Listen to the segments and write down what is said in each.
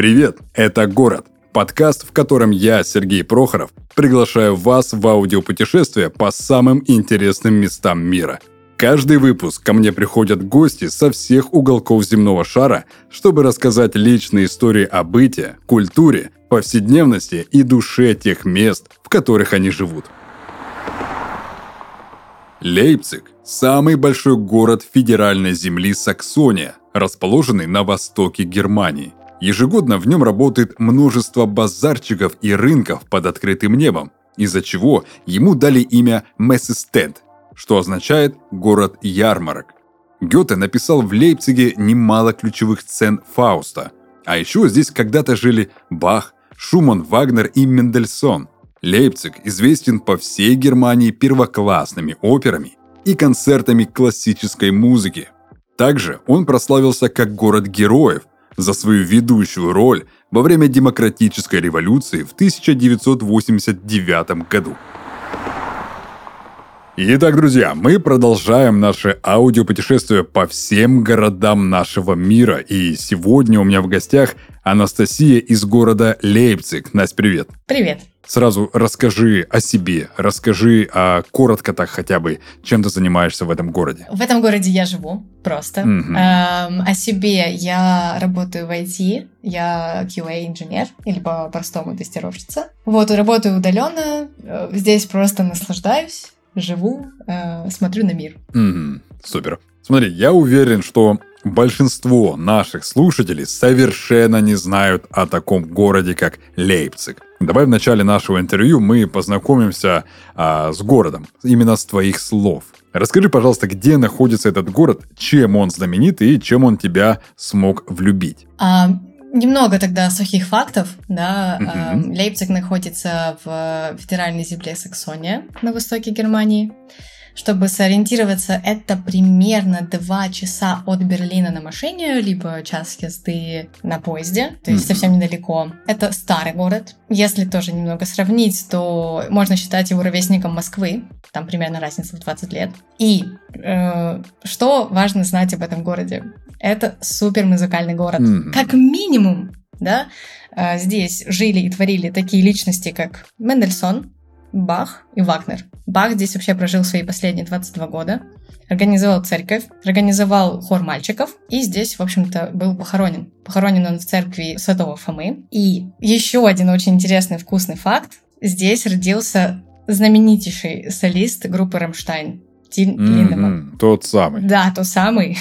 Привет, это «Город», подкаст, в котором я, Сергей Прохоров, приглашаю вас в аудиопутешествие по самым интересным местам мира. Каждый выпуск ко мне приходят гости со всех уголков земного шара, чтобы рассказать личные истории о быте, культуре, повседневности и душе тех мест, в которых они живут. Лейпциг – самый большой город федеральной земли Саксония, расположенный на востоке Германии. Ежегодно в нем работает множество базарчиков и рынков под открытым небом, из-за чего ему дали имя Мессестед, что означает «город ярмарок». Гёте написал в Лейпциге немало ключевых сцен Фауста. А еще здесь когда-то жили Бах, Шуман, Вагнер и Мендельсон. Лейпциг известен по всей Германии первоклассными операми и концертами классической музыки. Также он прославился как город героев за свою ведущую роль во время демократической революции в 1989 году. Итак, друзья, мы продолжаем наше аудиопутешествие по всем городам нашего мира. И сегодня у меня в гостях Анастасия из города Лейпциг. Настя, привет. Привет. Сразу расскажи о себе, расскажи коротко так хотя бы, чем ты занимаешься в этом городе. В этом городе я живу просто. О себе я работаю в IT, я QA-инженер или по-простому тестировщица. Работаю удаленно, здесь просто наслаждаюсь, живу, смотрю на мир. Супер. Смотри, я уверен, что большинство наших слушателей совершенно не знают о таком городе, как Лейпциг. Давай в начале нашего интервью мы познакомимся с городом, именно с твоих слов. Расскажи, пожалуйста, где находится этот город, чем он знаменит и чем он тебя смог влюбить. Немного тогда сухих фактов. Лейпциг находится в федеральной земле Саксония на востоке Германии. Чтобы сориентироваться, это примерно 2 часа от Берлина на машине, либо час езды на поезде, то есть совсем недалеко. Это старый город. Если тоже немного сравнить, то можно считать его ровесником Москвы. Там примерно разница в 20 лет. И что важно знать об этом городе? Это супер музыкальный город. Как минимум, да? Здесь жили и творили такие личности, как Мендельсон, Бах и Вагнер. Бах здесь вообще прожил свои последние 22 года, организовал церковь, организовал хор мальчиков и здесь, в общем-то, был похоронен. Похоронен он в церкви Святого Фомы. И еще один очень интересный вкусный факт. Здесь родился знаменитейший солист группы «Рамштайн» Тиль Линдеманн. Тот самый. Да, тот самый.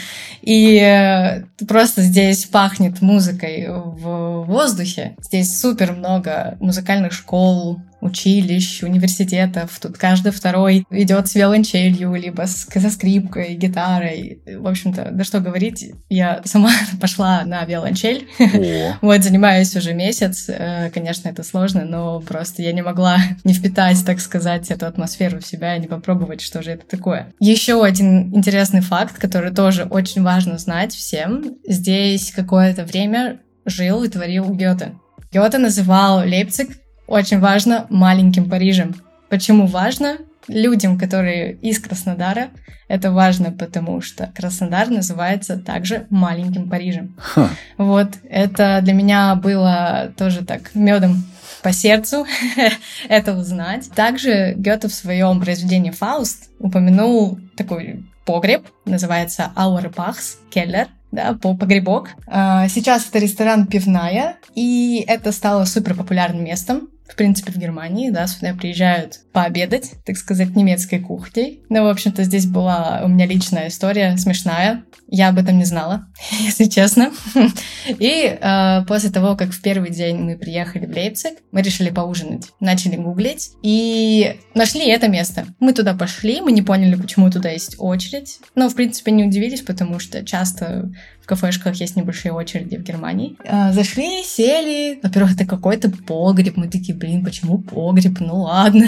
И просто здесь пахнет музыкой в воздухе. Здесь супер много музыкальных школ, училищ, университетов. Тут каждый второй идет с виолончелью, либо со скрипкой, гитарой. В общем-то, да что говорить, я сама пошла на виолончель. Занимаюсь уже месяц. Конечно, это сложно, но просто я не могла не впитать, так сказать, эту атмосферу в себя и не попробовать, что же это такое. Еще один интересный факт, который тоже очень важно знать всем. Здесь какое-то время жил и творил Гёте. Гёте называл Лейпциг, очень важно, маленьким Парижем. Почему важно? Людям, которые из Краснодара, это важно, потому что Краснодар называется также маленьким Парижем. Это для меня было тоже так медом по сердцу это узнать. Также Гёте в своем произведении «Фауст» упомянул такой погреб, называется «Auerbachs Keller», да, погребок. Сейчас это ресторан «Пивная», и это стало супер популярным местом, в принципе, в Германии, да, сюда приезжают пообедать, так сказать, немецкой кухней. В общем-то, здесь была у меня личная история, смешная. Я об этом не знала, если честно. И после того, как в первый день мы приехали в Лейпциг, мы решили поужинать. Начали гуглить и нашли это место. Мы туда пошли, мы не поняли, почему туда есть очередь. Но, в принципе, не удивились, потому что часто в кафешках есть небольшие очереди в Германии. Зашли, сели. Во-первых, это какой-то погреб. Мы такие, почему погреб? Ну ладно.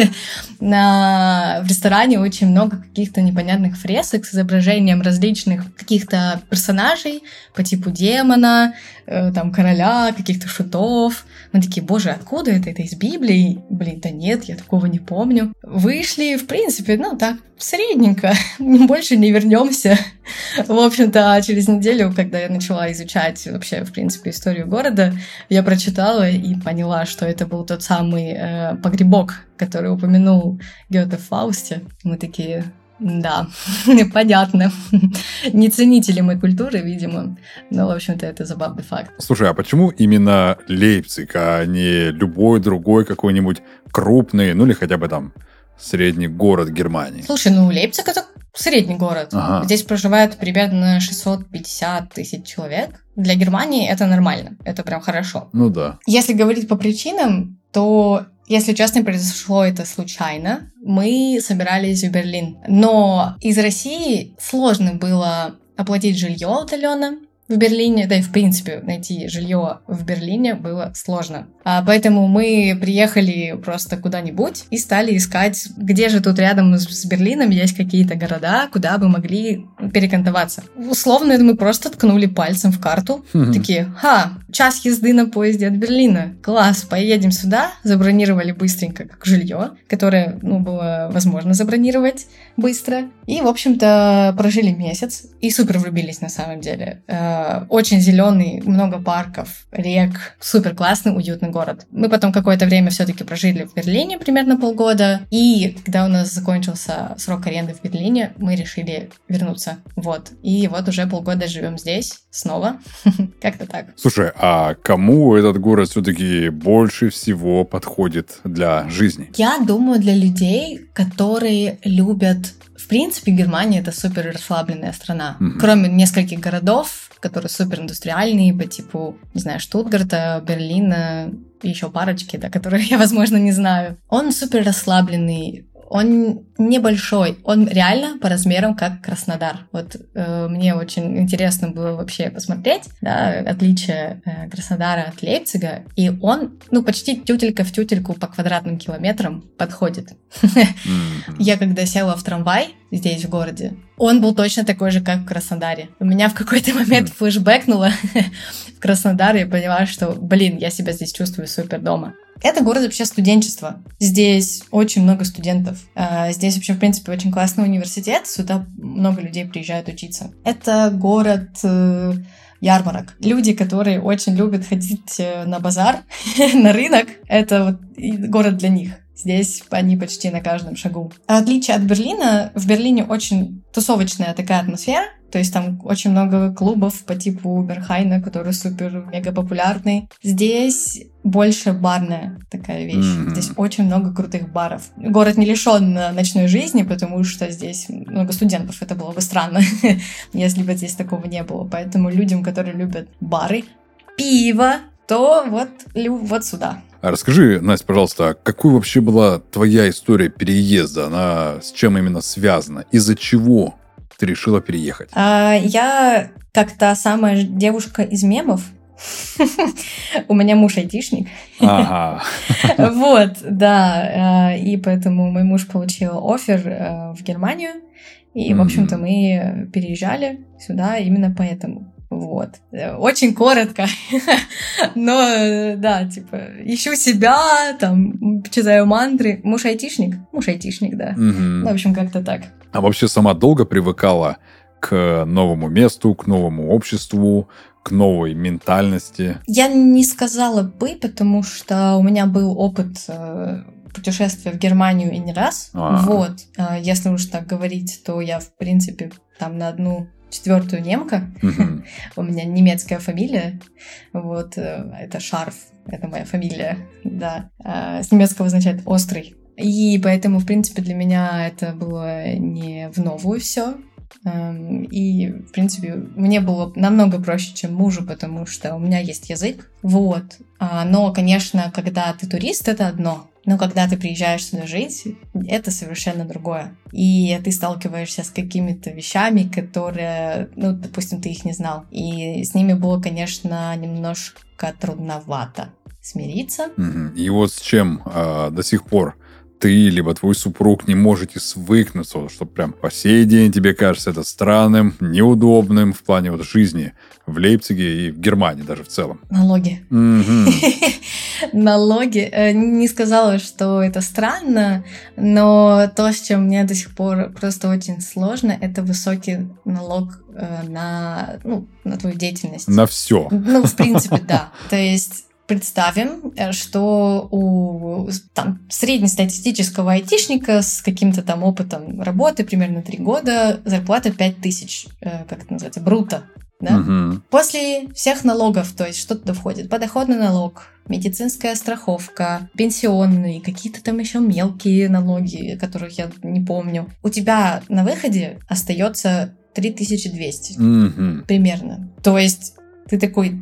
В ресторане очень много каких-то непонятных фресок с изображением различных каких-то персонажей по типу демона, там, короля, каких-то шутов. Мы такие, боже, откуда это? Это из Библии? Да нет, я такого не помню. Вышли, в принципе, так, средненько, больше не вернемся. В общем-то, через неделю, когда я начала изучать вообще, в принципе, историю города, я прочитала и поняла, что это был тот самый погребок, который упомянул Гёте в Фаусте. Мы такие... Да, понятно. Не ценители мы культуры, видимо. Но, в общем-то, это забавный факт. Слушай, а почему именно Лейпциг, а не любой другой какой-нибудь крупный, ну или хотя бы там средний город Германии? Слушай, Лейпциг — это средний город. Ага. Здесь проживает примерно 650 тысяч человек. Для Германии это нормально, это прям хорошо. Ну да. Если говорить по причинам, то... Если честно, произошло это случайно. Мы собирались в Берлин. Но из России сложно было оплатить жилье удаленно в Берлине. Да и, в принципе, найти жилье в Берлине было сложно. Поэтому мы приехали просто куда-нибудь и стали искать, где же тут рядом с Берлином есть какие-то города, куда бы могли перекантоваться. Условно, мы просто ткнули пальцем в карту. Такие, час езды на поезде от Берлина. Класс, поедем сюда. Забронировали быстренько как жилье, которое, было возможно забронировать быстро. И, в общем-то, прожили месяц и супер влюбились на самом деле. Очень зеленый, много парков, рек, супер классный, уютный город. Мы потом какое-то время все-таки прожили в Берлине, примерно полгода, и когда у нас закончился срок аренды в Берлине, мы решили вернуться. И уже полгода живем здесь снова. Как-то так. Слушай, а кому этот город все-таки больше всего подходит для жизни? Я думаю, для людей, которые любят... В принципе, Германия — это супер расслабленная страна. Кроме нескольких городов, которые супер индустриальные, по типу, не знаю, Штутгарта, Берлина, и еще парочки, которые я, возможно, не знаю. Он супер расслабленный. Он небольшой, он реально по размерам как Краснодар. Мне очень интересно было вообще посмотреть, отличие Краснодара от Лейпцига, и он, почти тютелька в тютельку по квадратным километрам подходит. Я когда села в трамвай здесь, в городе, он был точно такой же, как в Краснодаре. У меня в какой-то момент флешбэкнуло в Краснодар, и я поняла, что, я себя здесь чувствую супер дома. Это город вообще студенчества. Здесь очень много студентов. Здесь вообще, в принципе, очень классный университет. Сюда много людей приезжают учиться. Это город ярмарок. Люди, которые очень любят ходить на базар, на рынок, это город для них. Здесь они почти на каждом шагу. В отличие от Берлина, в Берлине очень тусовочная такая атмосфера. То есть там очень много клубов по типу Берхайна, который супер-мега популярный. Здесь больше барная такая вещь. Здесь очень много крутых баров. Город не лишен ночной жизни, потому что здесь много студентов. Это было бы странно, если бы здесь такого не было. Поэтому людям, которые любят бары, пиво, то вот сюда. А расскажи, Настя, пожалуйста, какой вообще была твоя история переезда? Она с чем именно связана? Из-за чего ты решила переехать? Я как та самая девушка из мемов. У меня муж айтишник. Ага. И поэтому мой муж получил оффер в Германию. И, в общем-то, мы переезжали сюда именно поэтому. Очень коротко. Но, ищу себя, читаю мантры. Муж айтишник? Муж айтишник, да. В общем, как-то так. А вообще сама долго привыкала к новому месту, к новому обществу, к новой ментальности? Я не сказала бы, потому что у меня был опыт путешествия в Германию и не раз. Если уж так говорить, то я, в принципе, там на 1/4 немка. У меня немецкая фамилия. Это Шарф. Это моя фамилия. Да. С немецкого означает «острый». И поэтому, в принципе, для меня это было не в новую все. И, в принципе, мне было намного проще, чем мужу, потому что у меня есть язык. Но, конечно, когда ты турист, это одно. Но когда ты приезжаешь сюда жить, это совершенно другое. И ты сталкиваешься с какими-то вещами, которые, допустим, ты их не знал. И с ними было, конечно, немножко трудновато смириться. И с чем до сих пор ты, либо твой супруг не можете свыкнуться, что прям по сей день тебе кажется это странным, неудобным в плане вот жизни в Лейпциге и в Германии даже в целом? Налоги. Налоги. Не сказала, что это странно, но то, с чем мне до сих пор просто очень сложно, это высокий налог на твою деятельность. На все. Ну, в принципе, да. То есть представим, что у среднестатистического айтишника с каким-то там опытом работы, примерно 3 года, зарплата 5000, как это называется, бруто. Да? После всех налогов, то есть что туда входит? Подоходный налог, медицинская страховка, пенсионные, какие-то там еще мелкие налоги, которых я не помню. У тебя на выходе остается 3200 примерно. То есть ты такой,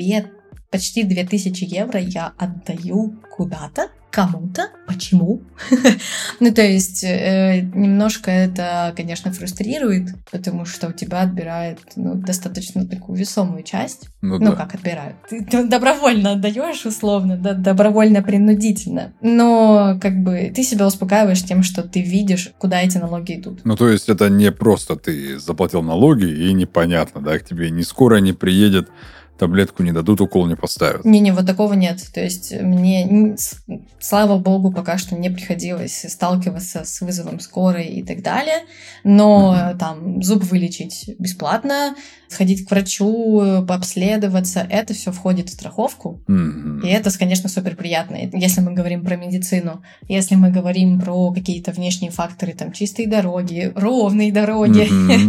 почти 2000 евро я отдаю куда-то, кому-то. Почему? Ну, то есть, немножко это, конечно, фрустрирует, потому что у тебя отбирают достаточно такую весомую часть. Как отбирают? Ты добровольно отдаешь, условно, да, добровольно-принудительно. Но, как бы, ты себя успокаиваешь тем, что ты видишь, куда эти налоги идут. Ну, то есть, это не просто ты заплатил налоги, и непонятно, да, к тебе ни скоро не приедет, таблетку не дадут, укол не поставят. Не-не, вот такого нет. То есть мне, слава богу, пока что не приходилось сталкиваться с вызовом скорой и так далее. Но там зуб вылечить бесплатно, сходить к врачу, пообследоваться, это все входит в страховку. И это, конечно, супер приятно, если мы говорим про медицину. Если мы говорим про какие-то внешние факторы, там чистые дороги, ровные дороги,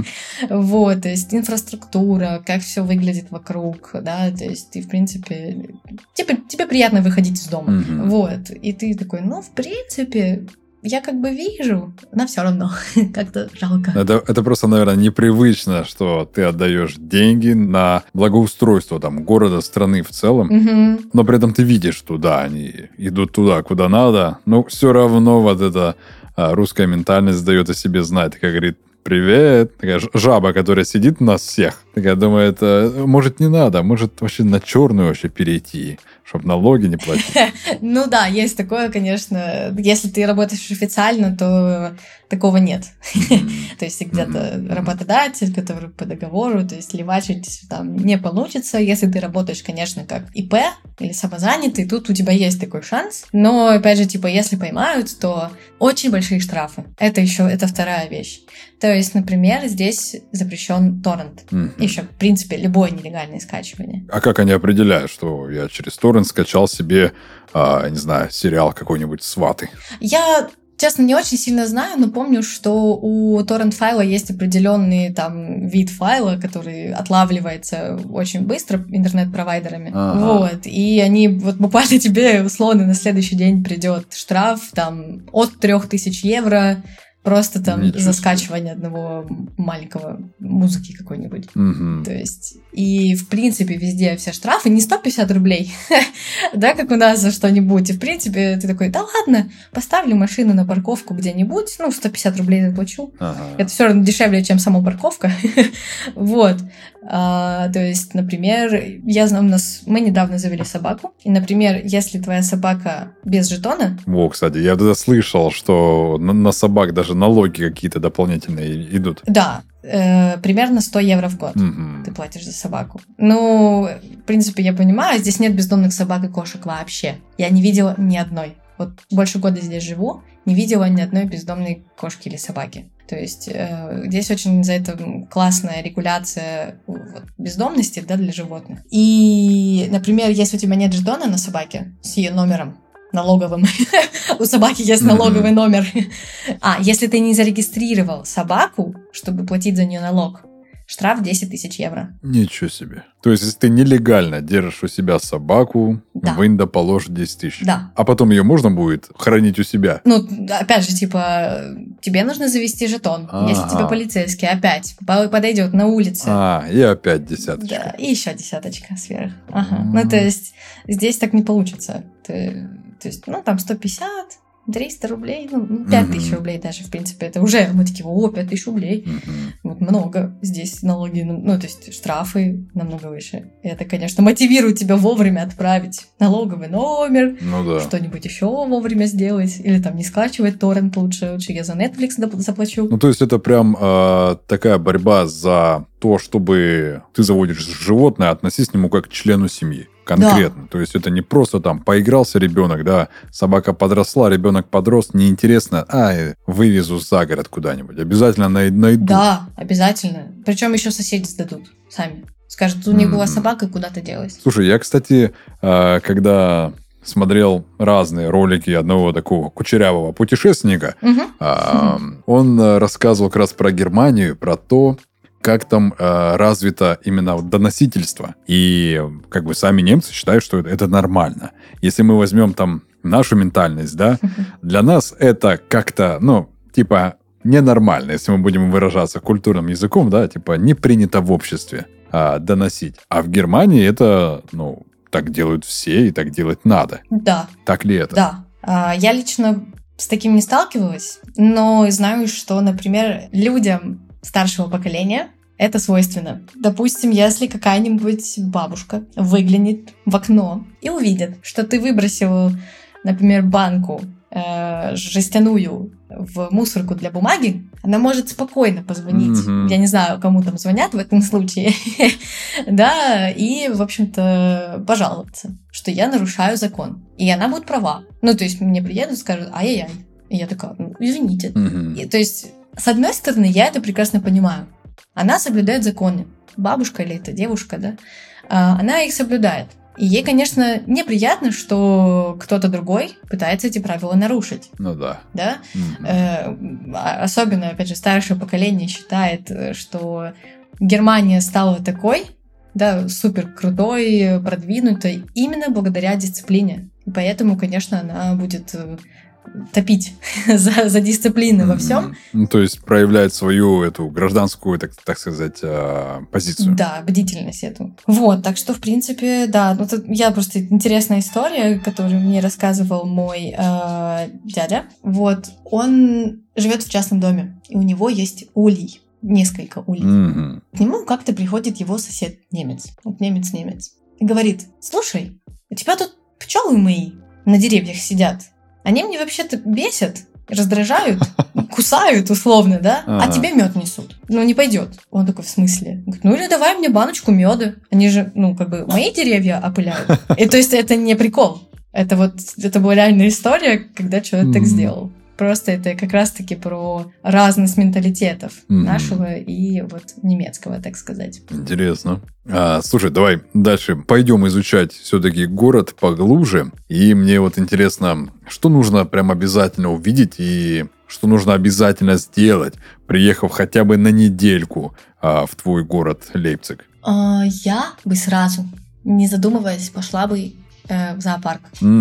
вот, то есть инфраструктура, как все выглядит вокруг, да, то есть ты, в принципе, тебе приятно выходить из дома, вот, и ты такой, в принципе, я как бы вижу, но все равно как-то жалко. Это просто, наверное, непривычно, что ты отдаешь деньги на благоустройство там города, страны в целом, но при этом ты видишь, что да, они идут туда, куда надо, но все равно вот эта русская ментальность дает о себе знать, как говорит, привет, такая жаба, которая сидит у нас всех. Такая думает, может, не надо, может, вообще на черную вообще перейти, чтобы налоги не платить. Ну да, есть такое, конечно. Если ты работаешь официально, то такого нет. То есть где-то работодатель, который по договору, то есть левачить там не получится. Если ты работаешь, конечно, как ИП или самозанятый, тут у тебя есть такой шанс. Но, опять же, если поймают, то очень большие штрафы. Это вторая вещь. То есть, например, здесь запрещен торрент. Еще, в принципе, любое нелегальное скачивание. А как они определяют, что я через торрент скачал себе, не знаю, сериал какой-нибудь «Сваты»? Я, честно, не очень сильно знаю, но помню, что у торрент-файла есть определенный там вид файла, который отлавливается очень быстро интернет-провайдерами. Вот. И они буквально тебе условно на следующий день придет штраф там от 3000 евро просто там за скачивание одного маленького музыки какой-нибудь. То есть, и в принципе везде все штрафы не 150 рублей, да, как у нас за что-нибудь. И в принципе ты такой, да ладно, поставлю машину на парковку где-нибудь, 150 рублей заплачу. Это все равно дешевле, чем сама парковка. Вот. То есть, например, я знаю, мы недавно завели собаку, и, например, если твоя собака без жетона... Кстати, я тогда слышал, что на собак даже налоги какие-то дополнительные идут. Да, примерно 100 евро в год ты платишь за собаку. В принципе, я понимаю, здесь нет бездомных собак и кошек вообще. Я не видела ни одной. Вот больше года здесь живу, не видела ни одной бездомной кошки или собаки. То есть здесь очень за это классная регуляция бездомности, да, для животных. И, например, если у тебя нет жетона на собаке с ее номером налоговым, у собаки есть налоговый номер. Если ты не зарегистрировал собаку, чтобы платить за нее налог, штраф 10 000 евро. Ничего себе. То есть, если ты нелегально держишь у себя собаку, Винда положит 10 000. Да. А потом ее можно будет хранить у себя? Опять же, тебе нужно завести жетон. Если тебе полицейский опять подойдет на улице. И опять 10. Да, и еще 10 сверху. То есть, здесь так не получится. То есть, там 150... 300 рублей, 5000 рублей даже, в принципе, это уже, мы такие, 5000 рублей. много. Здесь налоги, ну, то есть штрафы намного выше. И это, конечно, мотивирует тебя вовремя отправить налоговый номер, что-нибудь еще вовремя сделать, или там не скачивать торрент лучше я за Netflix заплачу. Ну, то есть это прям такая борьба за то, чтобы ты заводишь животное, относись к нему как к члену семьи. Конкретно. Да. То есть это не просто там поигрался ребенок, да, собака подросла, ребенок подрос, неинтересно, вывезу за город куда-нибудь. Обязательно найду. Да, обязательно. Причем еще соседи сдадут сами. Скажут, у них была собака, куда-то делась. Слушай, я, кстати, когда смотрел разные ролики одного такого кучерявого путешественника, он рассказывал как раз про Германию, про то, как там развито именно доносительство. И как бы сами немцы считают, что это нормально. Если мы возьмем там нашу ментальность, да, для нас это как-то, ну, типа, ненормально, если мы будем выражаться культурным языком, да, типа, не принято в обществе доносить. А в Германии это, ну, так делают все и так делать надо. Да. Так ли это? Да. Я лично с таким не сталкивалась, но знаю, что, например, людям старшего поколения это свойственно. Допустим, если какая-нибудь бабушка выглянет в окно и увидит, что ты выбросил, например, банку жестяную в мусорку для бумаги, она может спокойно позвонить. Я не знаю, кому там звонят в этом случае. Да, и, в общем-то, пожаловаться, что я нарушаю закон. И она будет права. Ну, то есть мне приедут и скажут, ай-яй-яй. И я такая, ну, извините. И, то есть, с одной стороны, я это прекрасно понимаю. Она соблюдает законы. Бабушка или эта девушка, да, она их соблюдает. И ей, конечно, неприятно, что кто-то другой пытается эти правила нарушить. Ну да. Да? Особенно, опять же, старшее поколение считает, что Германия стала такой, да, супер крутой, продвинутой, именно благодаря дисциплине. И поэтому, конечно, она будет топить за дисциплину во всем. Ну, то есть проявляет свою эту гражданскую, так сказать, позицию. Да, бдительность эту. Вот, так что, в принципе, да. Ну, я просто интересная история, которую мне рассказывал мой дядя. Вот, он живет в частном доме, и у него есть улей. Несколько улей. К нему как-то приходит его сосед немец. Вот немец. И говорит, слушай, у тебя тут пчелы мои на деревьях сидят. Они мне вообще-то бесят, раздражают, кусают условно, да? А тебе мед несут. Ну, не пойдет. Он такой, в смысле? Он говорит, ну или давай мне баночку меда. Они же, ну, как бы, мои деревья опыляют. И то есть это не прикол. Это была реальная история, когда человек так сделал. Просто это как раз-таки про разность менталитетов нашего и вот немецкого, так сказать. Интересно. Слушай, давай дальше пойдем изучать все-таки город поглубже. И мне вот интересно, что нужно прям обязательно увидеть и что нужно обязательно сделать, приехав хотя бы на недельку в твой город Лейпциг? Я бы сразу, не задумываясь, пошла бы в зоопарк.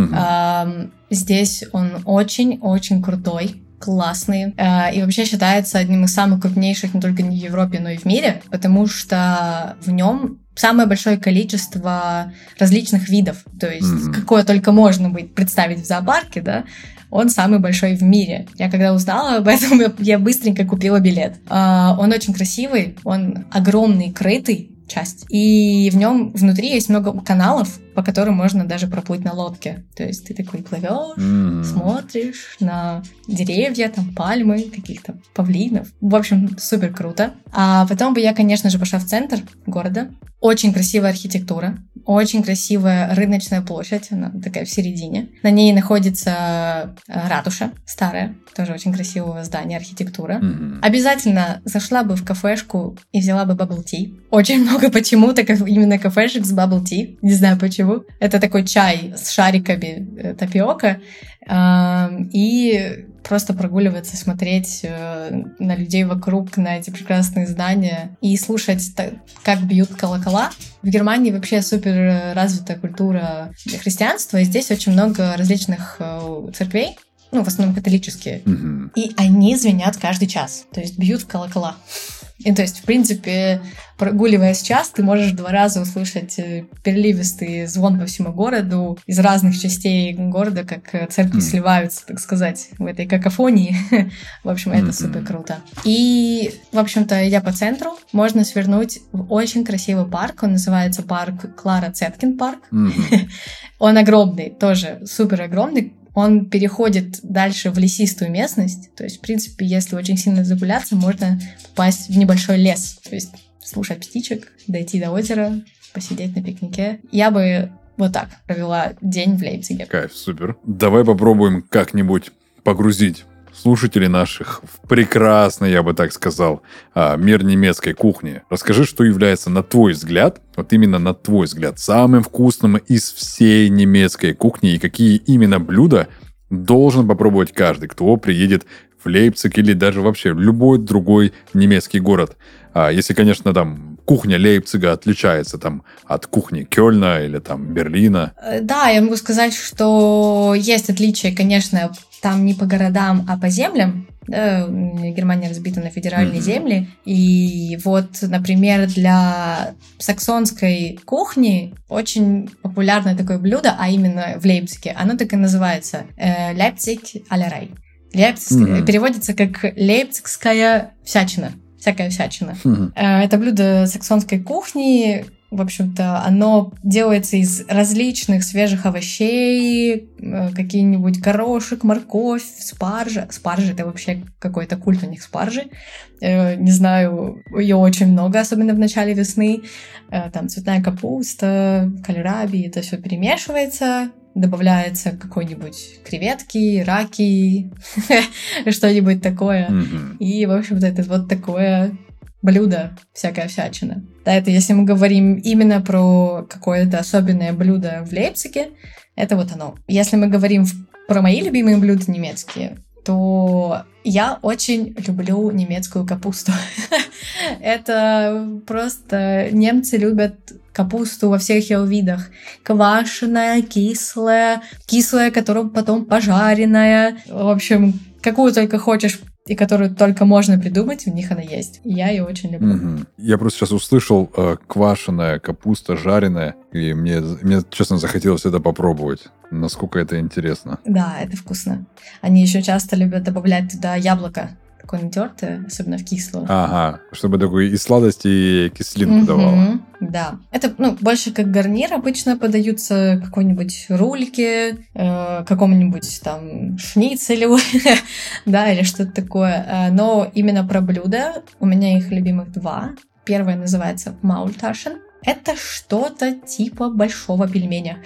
Здесь он очень-очень крутой, классный. И вообще считается одним из самых крупнейших не только в Европе, но и в мире, потому что в нем самое большое количество различных видов. То есть какое только можно представить в зоопарке, да, он самый большой в мире. Я когда узнала об этом, я быстренько купила билет. Он очень красивый, он огромный, крытый, часть. И в нем внутри есть много каналов, по которым можно даже проплыть на лодке. То есть ты такой плывешь, смотришь на деревья, там пальмы, каких-то павлинов. В общем, супер круто. А потом бы я, конечно же, пошла в центр города. Очень красивая архитектура, очень красивая рыночная площадь, она такая в середине. На ней находится ратуша старая, тоже очень красивого здания, архитектура. Обязательно зашла бы в кафешку и взяла бы bubble tea. Очень много почему-то именно кафешек с bubble tea, не знаю почему. Это такой чай с шариками тапиока. И просто прогуливаться, смотреть на людей вокруг, на эти прекрасные здания и слушать, как бьют колокола. В Германии вообще супер развита культура христианства, и здесь очень много различных церквей, ну, в основном католические, и они звенят каждый час, то есть бьют в колокола. И то есть, в принципе, прогуливая сейчас, ты можешь 2 раза услышать переливистый звон по всему городу из разных частей города, как церкви сливаются, так сказать, в этой какофонии. В общем, это супер круто. И, в общем-то, идя по центру, можно свернуть в очень красивый парк. Он называется парк Клара Цеткин парк. Он огромный, тоже супер огромный. Он переходит дальше в лесистую местность. То есть, в принципе, если очень сильно загуляться, можно попасть в небольшой лес. То есть слушать птичек, дойти до озера, посидеть на пикнике. Я бы вот так провела день в Лейпциге. Кайф, супер. Давай попробуем как-нибудь погрузить слушателей наших в прекрасный, я бы так сказал, мир немецкой кухни. Расскажи, что является, на твой взгляд, вот именно на твой взгляд, самым вкусным из всей немецкой кухни, и какие именно блюда должен попробовать каждый, кто приедет в Лейпциг или даже вообще в любой другой немецкий город. Если, конечно, там кухня Лейпцига отличается там от кухни Кёльна или там Берлина. Да, я могу сказать, что есть отличия, конечно, там не по городам, а по землям. Да, Германия разбита на федеральные земли. И вот, например, для саксонской кухни очень популярное такое блюдо, а именно в Лейпциге, оно так и называется Лейпциг-Алерей. Переводится как лейпцигская всячина. Всякая всячина. Это блюдо саксонской кухни. В общем-то, оно делается из различных свежих овощей, какие-нибудь горошек, морковь, спаржа. Спаржа — это вообще какой-то культ у них спаржи. Не знаю, ее очень много, особенно в начале весны. Там цветная капуста, кальраби, это все перемешивается. Добавляется какой-нибудь креветки, раки, что-нибудь такое. И, в общем-то, это вот такое блюдо, всякая всячина. Да, это если мы говорим именно про какое-то особенное блюдо в Лейпциге, это вот оно. Если мы говорим про мои любимые блюда немецкие, то я очень люблю немецкую капусту. Это просто немцы любят капусту во всех ее видах. Квашеная, кислая, которая потом пожаренная. В общем, какую только хочешь и которую только можно придумать, у них она есть. И я ее очень люблю. Я просто сейчас услышал квашеная капуста, жареная, и мне, честно, захотелось это попробовать. Насколько это интересно. Да, это вкусно. Они еще часто любят добавлять туда яблоко. Такое натертое, особенно в кислую. Ага, чтобы такой и сладость, и кислинку давала. Да. Это, больше как гарнир обычно подаются какой-нибудь рульке, какому-нибудь там шницелю, да, или что-то такое. Но именно про блюда у меня их любимых 2. Первое называется Маульташен. Это что-то типа большого пельменя.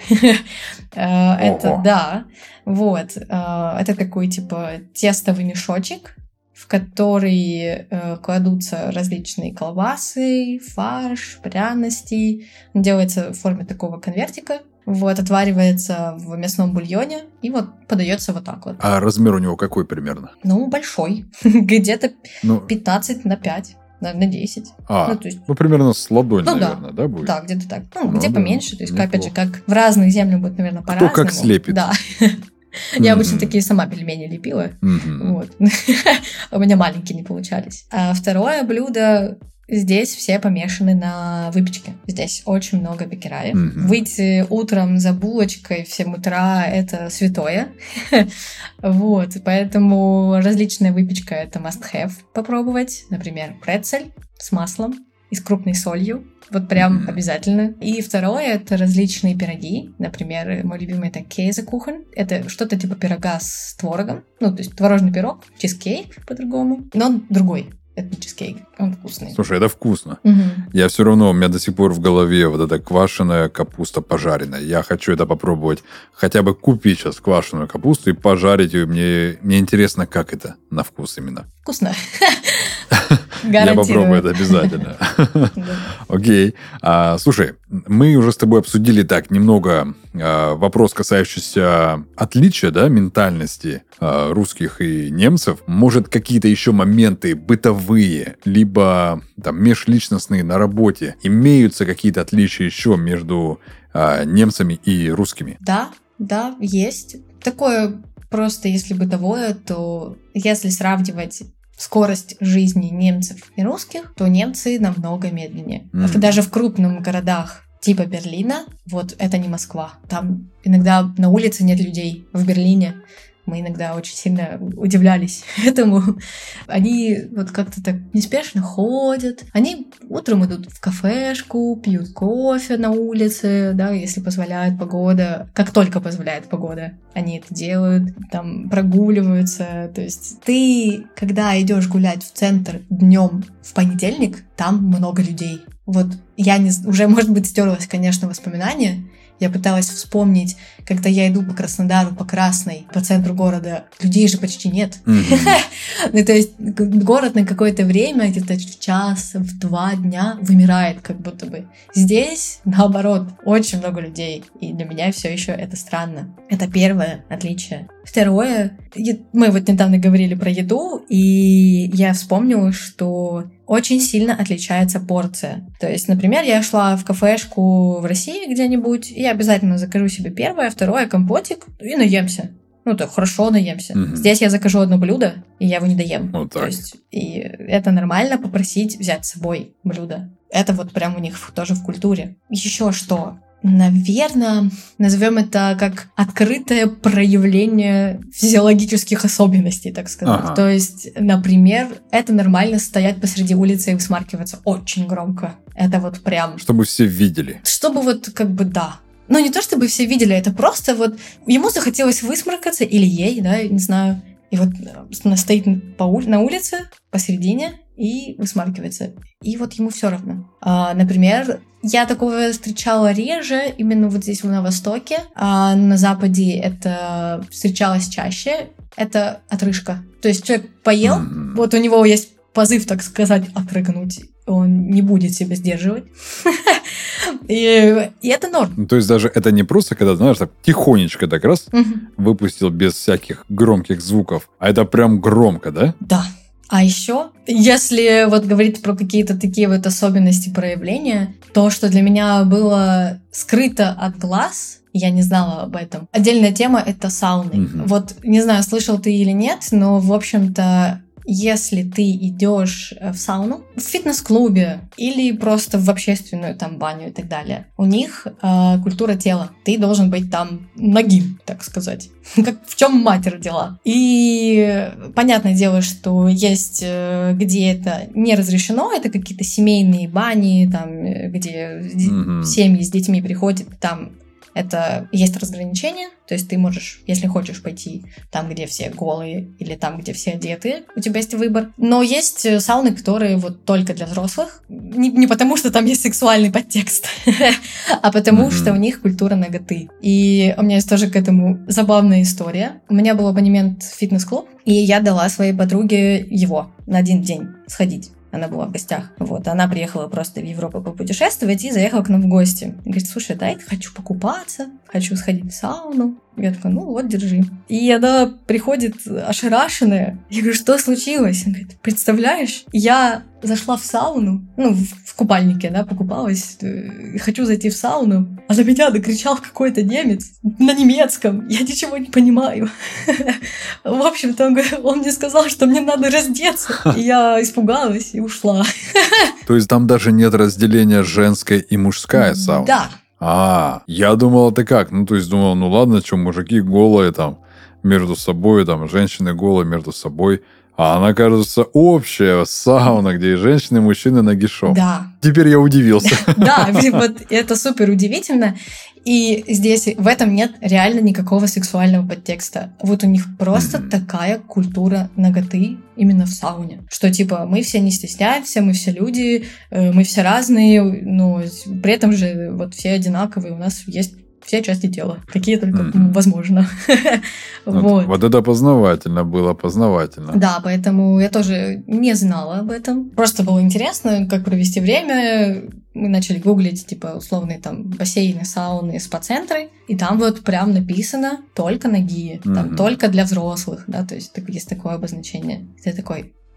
Это, да. Вот. Это такой типа тестовый мешочек, в который кладутся различные колбасы, фарш, пряности. Он делается в форме такого конвертика. Вот, отваривается в мясном бульоне и вот подается вот так вот. А размер у него какой примерно? Большой. Где-то 15 на 5. На 10. Примерно с ладонь, наверное, да, будет? Да, где-то так. Где поменьше, то есть, опять же, как в разных землях будет, наверное, по-разному. Кто как слепит. Да. Я обычно такие сама пельмени лепила. Вот. У меня маленькие не получались. А второе блюдо... Здесь все помешаны на выпечке. Здесь очень много бекераев. Выйти утром за булочкой в 7 утра — это святое. Вот, поэтому различная выпечка — это must-have попробовать. Например, прецель с маслом и с крупной солью. Вот прям обязательно. И второе — это различные пироги. Например, мой любимый — это Käsekuchen. Это что-то типа пирога с творогом. То есть творожный пирог, чизкейк по-другому, но он другой. Это не чизкейк, он вкусный. Слушай, это вкусно. Я все равно, у меня до сих пор в голове вот эта квашеная капуста пожаренная. Я хочу это попробовать. Хотя бы купить сейчас квашеную капусту и пожарить ее. Мне интересно, как это на вкус именно. Вкусно. Я попробую это обязательно. Окей. Слушай, мы уже с тобой обсудили так немного вопрос, касающийся отличия, да, ментальности русских и немцев. Может, какие-то еще моменты бытовые, либо там межличностные на работе, имеются какие-то отличия еще между немцами и русскими? Да, есть. Такое просто, если бытовое, то если сравнивать скорость жизни немцев и русских, то немцы намного медленнее. Это даже в крупных городах типа Берлина, вот это не Москва. Там иногда на улице нет людей. В Берлине мы иногда очень сильно удивлялись этому. Они вот как-то так неспешно ходят. Они утром идут в кафешку, пьют кофе на улице, да, если позволяет погода. Как только позволяет погода, они это делают, там прогуливаются. То есть ты, когда идешь гулять в центр днем в понедельник, там много людей. Вот я уже, может быть, стерлось, конечно, воспоминания. Я пыталась вспомнить, когда я иду по Краснодару, по Красной, по центру города, людей же почти нет. Ну, то есть город на какое-то время, где-то в час, в 2 дня вымирает как будто бы. Здесь, наоборот, очень много людей. И для меня все еще это странно. Это первое отличие. Второе, мы вот недавно говорили про еду, и я вспомнила, что очень сильно отличается порция. То есть, например, я шла в кафешку в России где-нибудь, и я обязательно закажу себе первое, второе, компотик, и наемся. Ну, так хорошо наемся. Здесь я закажу одно блюдо, и я его не доем. Вот так. То есть, и это нормально попросить взять с собой блюдо. Это вот прям у них тоже в культуре. Еще что? Наверное, назовем это как открытое проявление физиологических особенностей, так сказать. Ага. То есть, например, это нормально стоять посреди улицы и высмаркиваться очень громко. Это вот прям... Чтобы все видели. Чтобы вот как бы да. Ну, не то чтобы все видели, это просто вот ему захотелось высморкаться, или ей, да, не знаю. И вот она стоит на улице посередине и высмаркивается. И вот ему все равно. Например, я такого встречала реже, именно вот здесь на Востоке. А на Западе это встречалось чаще. Это отрыжка. То есть человек поел, вот у него есть позыв, так сказать, отрыгнуть. Он не будет себя сдерживать. И это норм. Ну, то есть даже это не просто, когда, знаешь, так тихонечко так раз выпустил без всяких громких звуков, а это прям громко, да? Да. А еще, если вот говорить про какие-то такие вот особенности проявления, то, что для меня было скрыто от глаз, я не знала об этом. Отдельная тема — это сауны. Вот, не знаю, слышал ты или нет, но, в общем-то, если ты идешь в сауну, в фитнес-клубе или просто в общественную там баню и так далее, у них культура тела. Ты должен быть там нагим, так сказать. Как в чем мать родила. И понятное дело, что есть, где это не разрешено, это какие-то семейные бани, там, где семьи с детьми приходят, там это есть разграничение, то есть ты можешь, если хочешь, пойти там, где все голые, или там, где все одетые, у тебя есть выбор. Но есть сауны, которые вот только для взрослых, не потому, что там есть сексуальный подтекст, а потому, что у них культура наготы. И у меня есть тоже к этому забавная история. У меня был абонемент в фитнес-клуб, и я дала своей подруге его на 1 день сходить. Она была в гостях. Вот, она приехала просто в Европу попутешествовать и заехала к нам в гости. Говорит, слушай, дай, хочу покупаться, хочу сходить в сауну. Я такая, ну вот, держи. И она приходит ошарашенная. Я говорю, что случилось? Она говорит, представляешь, я зашла в сауну, ну, в купальнике, да, покупалась, хочу зайти в сауну, а на меня докричал какой-то немец на немецком. Я ничего не понимаю. В общем-то, он мне сказал, что мне надо раздеться. И я испугалась и ушла. То есть там даже нет разделения женская и мужская сауна? Да. Я думал, это как? Ну, то есть думал, ну ладно, что мужики голые там между собой, там женщины голые между собой. А она, кажется, общая сауна, где и женщины, и мужчины нагишом. Да. Теперь я удивился. Да, вот это супер удивительно. И здесь в этом нет реально никакого сексуального подтекста. Вот у них просто такая культура наготы именно в сауне. Что типа мы все не стесняемся, мы все люди, мы все разные, но при этом же вот все одинаковые, у нас есть все части тела, какие только возможно. Вот это познавательно было, познавательно. Да, поэтому я тоже не знала об этом. Просто было интересно, как провести время. Мы начали гуглить, типа, условные там бассейны, сауны, спа-центры, и там вот прям написано только нагие, там только для взрослых, да, то есть есть такое обозначение. Ты такой,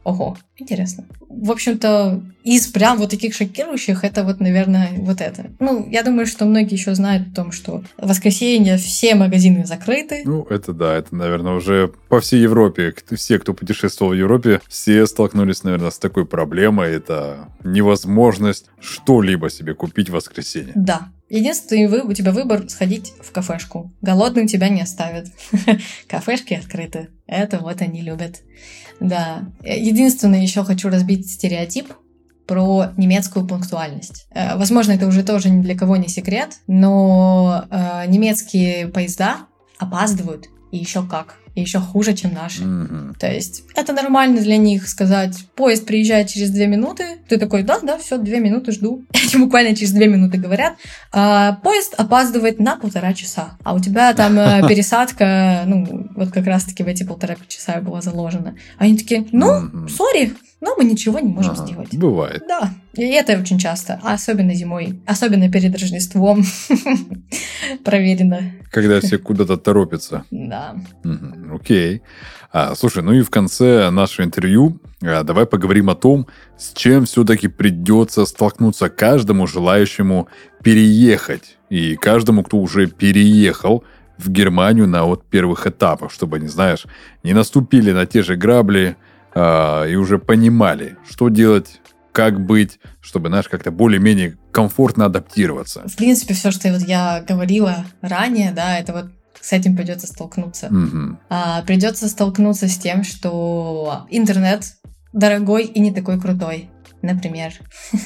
Ого, интересно. В общем-то, из прям вот таких шокирующих, это вот, наверное, вот это. Ну, я думаю, что многие еще знают о том, что в воскресенье все магазины закрыты. Ну, это да, это, наверное, уже по всей Европе. Все, кто путешествовал в Европе, все столкнулись, наверное, с такой проблемой. Это невозможность что-либо себе купить в воскресенье. Да. Единственный у тебя выбор сходить в кафешку. Голодным тебя не оставят. Кафешки открыты. Это вот они любят. Да. Единственное, еще хочу разбить стереотип про немецкую пунктуальность. Возможно, это уже тоже ни для кого не секрет, но немецкие поезда опаздывают, и еще как. И еще хуже, чем наши. Мгм. То есть это нормально для них сказать: поезд приезжает через 2 минуты. Ты такой: да, все, 2 минуты жду. И буквально через 2 минуты говорят: поезд опаздывает на 1,5 часа. А у тебя там пересадка, ну, вот как раз-таки в эти 1,5 часа была заложена. Они такие: Мгм. сори, но мы ничего не можем Ага, сделать. бывает. Да, и это очень часто, особенно зимой, особенно перед Рождеством. Проверено. Когда все куда-то торопятся. Да. Мгм, окей. Слушай, ну и в конце нашего интервью давай поговорим о том, с чем все-таки придется столкнуться каждому желающему переехать. И каждому, кто уже переехал в Германию на вот первых этапах, чтобы они, знаешь, не наступили на те же грабли и уже понимали, что делать, как быть, чтобы, знаешь, как-то более-менее комфортно адаптироваться. В принципе, все, что вот я говорила ранее, да, это вот с этим придется столкнуться. Мгм. Придется столкнуться с тем, что интернет дорогой и не такой крутой, например.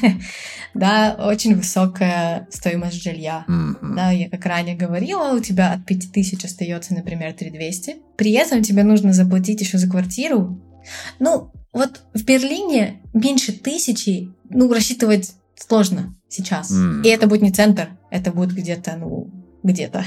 Да, очень высокая стоимость жилья. Мгм. Да, я как ранее говорила, у тебя от 5000 остается, например, 3200. При этом тебе нужно заплатить еще за квартиру. Ну, вот в Берлине меньше 1000, ну, рассчитывать сложно сейчас. Мгм. И это будет не центр, это будет где-то, ну, где-то.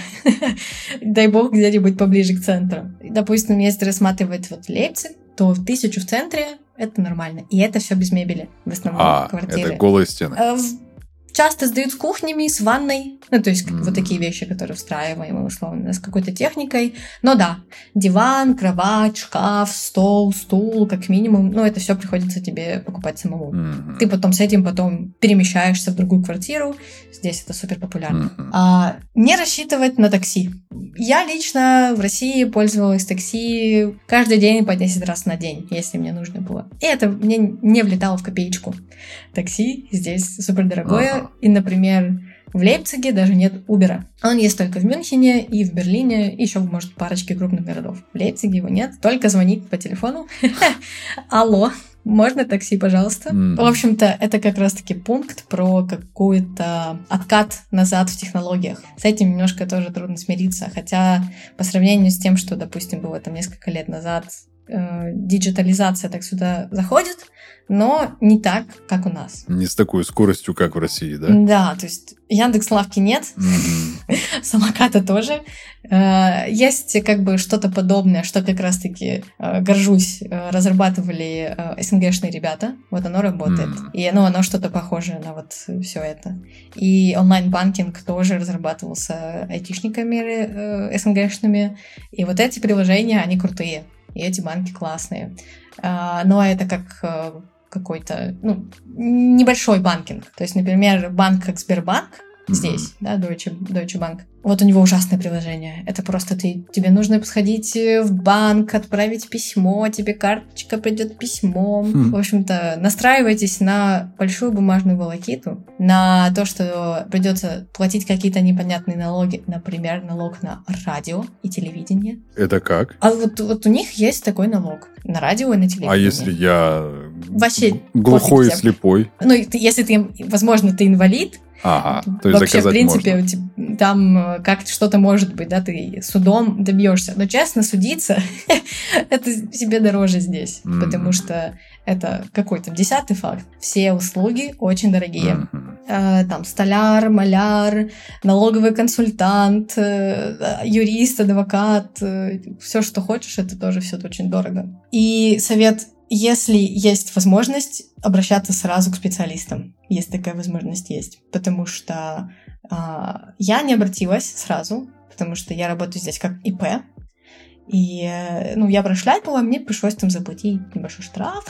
Дай бог, где-нибудь поближе к центру. Допустим, если рассматривать вот Лейпциг, то 1000 в центре — это нормально. И это все без мебели, в основном квартиры. Это голые стены. Часто сдают с кухнями, с ванной. Ну, то есть Мгм. вот такие вещи, которые встраиваемы, условно, с какой-то техникой. Но да, диван, кровать, шкаф, стол, стул, как минимум. Ну, это все приходится тебе покупать самому. Мгм. Ты потом с этим перемещаешься в другую квартиру. Здесь это супер популярно. Мгм. Не рассчитывать на такси. Я лично в России пользовалась такси каждый день по 10 раз на день, если мне нужно было. И это мне не влетало в копеечку. Такси здесь супер дорогое. Ага. И, например, в Лейпциге даже нет Убера. Он есть только в Мюнхене и в Берлине, и еще, может, парочке крупных городов. В Лейпциге его нет, только звонить по телефону. Алло, можно такси, пожалуйста? В общем-то, это как раз-таки пункт про какой-то откат назад в технологиях. С этим немножко тоже трудно смириться, хотя по сравнению с тем, что, допустим, было там несколько лет назад, диджитализация так сюда заходит, но не так, как у нас. Не с такой скоростью, как в России, да? Да, то есть Яндекс.Лавки нет, Мгм. самоката тоже. Есть как бы что-то подобное, что как раз-таки, горжусь, разрабатывали СНГшные ребята. Вот оно работает. И оно что-то похожее на вот все это. И онлайн-банкинг тоже разрабатывался айтишниками СНГшными. И вот эти приложения, они крутые. И эти банки классные. Но это как какой-то, ну, небольшой банкинг. То есть, например, банк как Сбербанк здесь, да, Deutsche Bank. Вот у него ужасное приложение. Это просто тебе нужно сходить в банк, отправить письмо, тебе карточка придет письмом. В общем-то, настраивайтесь на большую бумажную волокиту, на то, что придется платить какие-то непонятные налоги, например, налог на радио и телевидение. Это как? А вот у них есть такой налог на радио и на телевидение. А если я Вообще глухой и пофиг всем. слепой? Ну, если ты, возможно, ты инвалид, Ага, то есть вообще, в заказать принципе, можно. там как-то что-то может быть, да, ты судом добьешься. Но честно, судиться это себе дороже здесь, потому что это какой-то 10-й факт. Все услуги очень дорогие. Там столяр, маляр, налоговый консультант, юрист, адвокат, все, что хочешь, это тоже все очень дорого. И совет: если есть возможность, обращаться сразу к специалистам, если такая возможность есть. Потому что я не обратилась сразу, потому что я работаю здесь как ИП, И, я прошляпала, мне пришлось там заплатить небольшой штраф.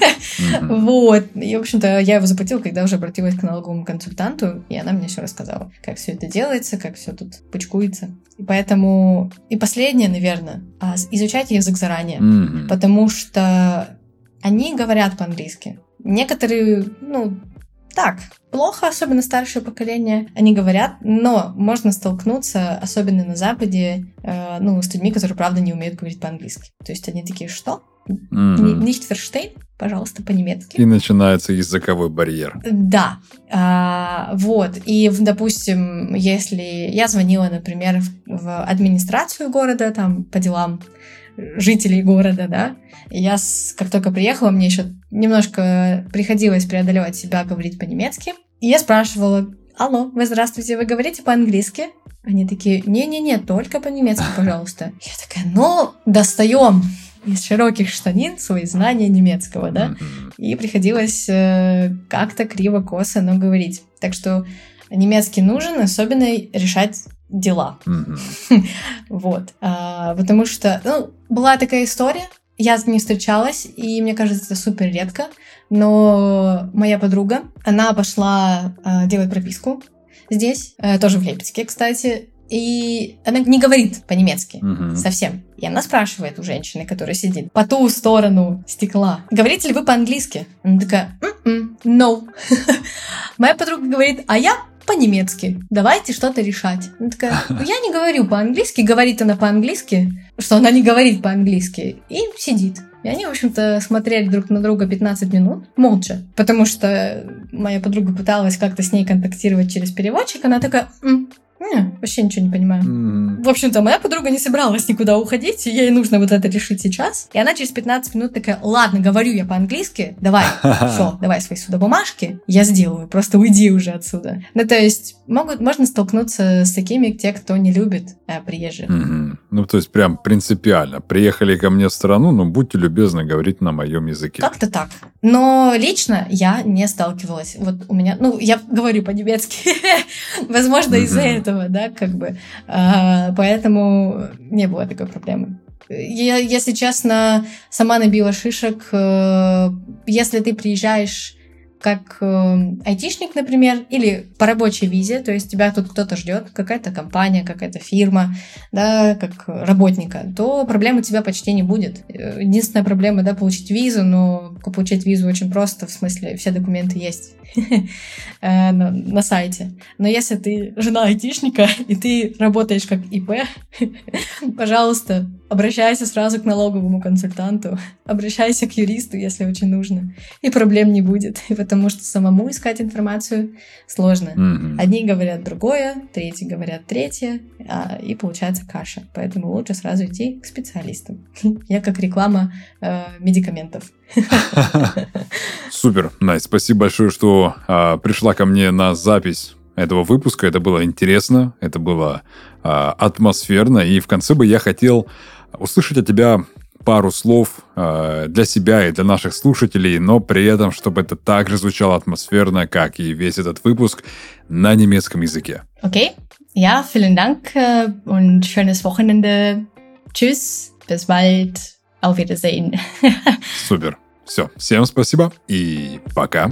Вот. И, в общем-то, я его заплатила, когда уже обратилась к налоговому консультанту, и она мне все рассказала, как все это делается, как все тут пучкуется. И поэтому... И последнее, наверное, изучайте язык заранее, потому что они говорят по-английски. Некоторые, так, плохо, особенно старшее поколение, они говорят, но можно столкнуться, особенно на Западе, с людьми, которые, правда, не умеют говорить по-английски. То есть они такие, что? Nicht verstehen? Пожалуйста, по-немецки. И начинается языковой барьер. Да. Вот. И, допустим, если я звонила, например, в администрацию города, там, по делам жителей города, да, и я, как только приехала, мне еще немножко приходилось преодолевать себя, говорить по-немецки. И я спрашивала: алло, вы здравствуйте, вы говорите по-английски? Они такие: не-не-не, только по-немецки, пожалуйста. Я такая: достаем из широких штанин свои знания немецкого, да, и приходилось как-то криво-косо, но говорить. Так что немецкий нужен, особенно решать дела. Вот. Потому что, была такая история, я с ней встречалась, и мне кажется, это супер редко, но моя подруга, она пошла делать прописку здесь, тоже в Лейпциге, кстати, и она не говорит по-немецки совсем. И она спрашивает у женщины, которая сидит по ту сторону стекла: говорите ли вы по-английски? Она такая: no. Моя подруга говорит: а я по-немецки. Давайте что-то решать. Она такая: я не говорю по-английски. Говорит она по-английски, что она не говорит по-английски. И сидит. И они, в общем-то, смотрели друг на друга 15 минут молча. Потому что моя подруга пыталась как-то с ней контактировать через переводчик. Она такая: вообще ничего не понимаю. В общем-то, моя подруга не собиралась никуда уходить, и ей нужно вот это решить сейчас. И она через 15 минут такая: ладно, говорю я по-английски, давай, все, давай свои сюда бумажки, я сделаю, просто уйди уже отсюда. То есть можно столкнуться с такими, те, кто не любит приезжих. То есть прям принципиально. Приехали ко мне в страну, но будьте любезны говорить на моем языке. Как-то так. Но лично я не сталкивалась. Вот у меня, я говорю по-немецки, возможно, из-за этого, да, как бы. Поэтому не было такой проблемы. Я, если честно, сама набила шишек. Если ты приезжаешь как айтишник, например, или по рабочей визе, то есть тебя тут кто-то ждет, какая-то компания, какая-то фирма, да, как работника, то проблем у тебя почти не будет. Единственная проблема, да, получить визу, но получить визу очень просто, в смысле, все документы есть на сайте. Но если ты жена айтишника, и ты работаешь как ИП, пожалуйста, обращайся сразу к налоговому консультанту, обращайся к юристу, если очень нужно, и проблем не будет, потому что самому искать информацию сложно. Одни говорят другое, третьи говорят третье, и получается каша. Поэтому лучше сразу идти к специалистам. Я как реклама медикаментов. Супер, Настя, спасибо большое, что пришла ко мне на запись этого выпуска. Это было интересно, это было атмосферно, и в конце бы я хотел услышать от тебя пару слов для себя и для наших слушателей, но при этом, чтобы это также звучало атмосферно, как и весь этот выпуск, на немецком языке. Окей. Ja, vielen Dank und schönes Wochenende. Tschüss, bis bald. Auf Wiedersehen. Супер. Все. Всем спасибо и пока.